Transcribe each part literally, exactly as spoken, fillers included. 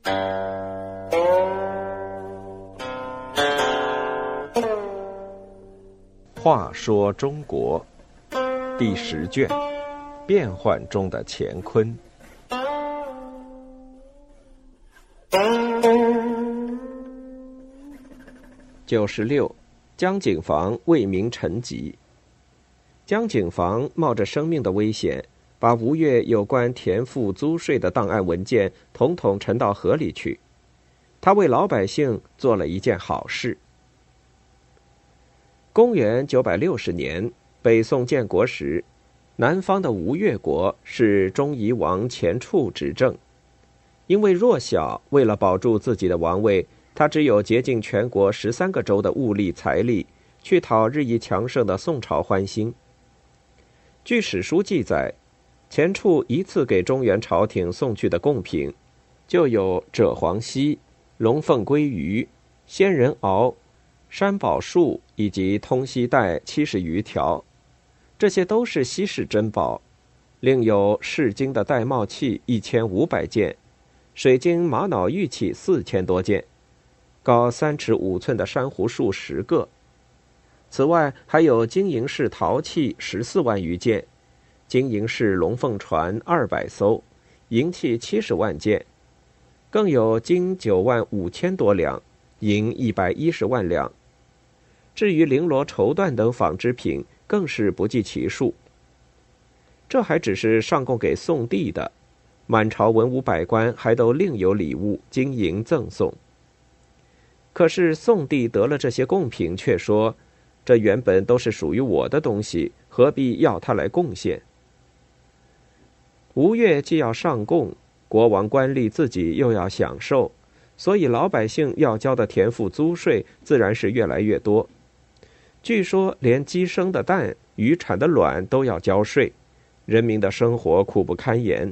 话说中国第十卷，变幻中的乾坤。九十六，江景房为民陈疾。江景房冒着生命的危险，把吴越有关田赋租税的档案文件统统沉到河里去。他为老百姓做了一件好事。公元九百六十年，北宋建国时，南方的吴越国是中夷王钱俶执政。因为弱小，为了保住自己的王位，他只有竭尽全国十三个州的物力财力，去讨日益强盛的宋朝欢心。据史书记载，钱俶一次给中原朝廷送去的贡品，就有赭黄犀、龙凤鲑鱼、仙人螯、山宝树以及通西带七十余条，这些都是稀世珍宝。另有饰金的玳瑁器一千五百件，水晶玛瑙玉器四千多件，高三尺五寸的珊瑚树十个。此外还有金银式陶器十四万余件，金银式龙凤船二百艘，银器七十万件，更有金九万五千多两，银一百一十万两。至于绫罗绸缎等纺织品，更是不计其数。这还只是上贡给宋帝的，满朝文武百官还都另有礼物金银赠送。可是宋帝得了这些贡品，却说这原本都是属于我的东西，何必要他来贡献？吴越既要上贡，国王官吏自己又要享受，所以老百姓要交的田赋租税自然是越来越多。据说连鸡生的蛋、鱼产的卵都要交税，人民的生活苦不堪言。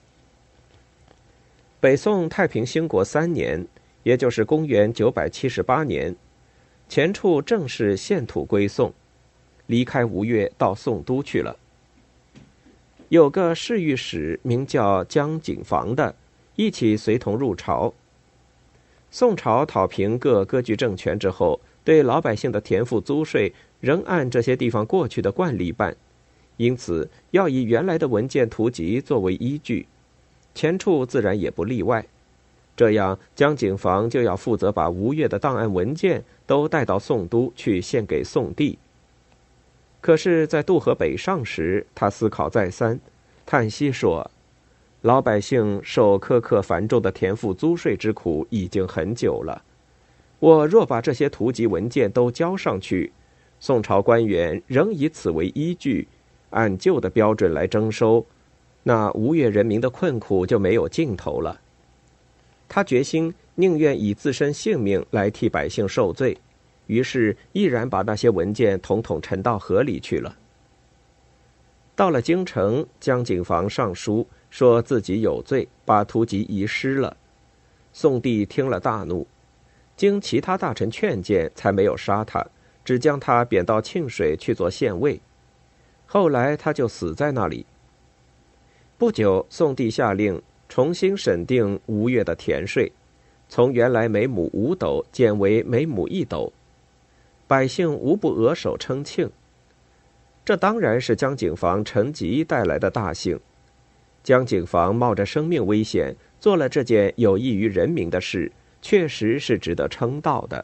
北宋太平兴国三年，也就是公元九百七十八年，钱俶正式献土归宋，离开吴越到宋都去了。有个侍御史名叫江景房的，一起随同入朝。宋朝讨平各割据政权之后，对老百姓的田赋租税仍按这些地方过去的惯例办，因此要以原来的文件图籍作为依据，钱俶自然也不例外。这样江景房就要负责把吴越的档案文件都带到宋都去献给宋帝。可是在渡河北上时，他思考再三，叹息说，老百姓受苛刻繁重的田赋租税之苦已经很久了，我若把这些图籍文件都交上去，宋朝官员仍以此为依据，按旧的标准来征收，那吴越人民的困苦就没有尽头了。他决心宁愿以自身性命来替百姓受罪，于是毅然把那些文件统统沉到河里去了。到了京城，江景房上书说自己有罪，把图籍遗失了。宋帝听了大怒，经其他大臣劝谏，才没有杀他，只将他贬到庆水去做县尉。后来他就死在那里。不久，宋帝下令重新审定吴越的田税，从原来每亩五斗减为每亩一斗，百姓无不额手称庆。这当然是江景房陈疾带来的大幸。江景房冒着生命危险做了这件有益于人民的事，确实是值得称道的。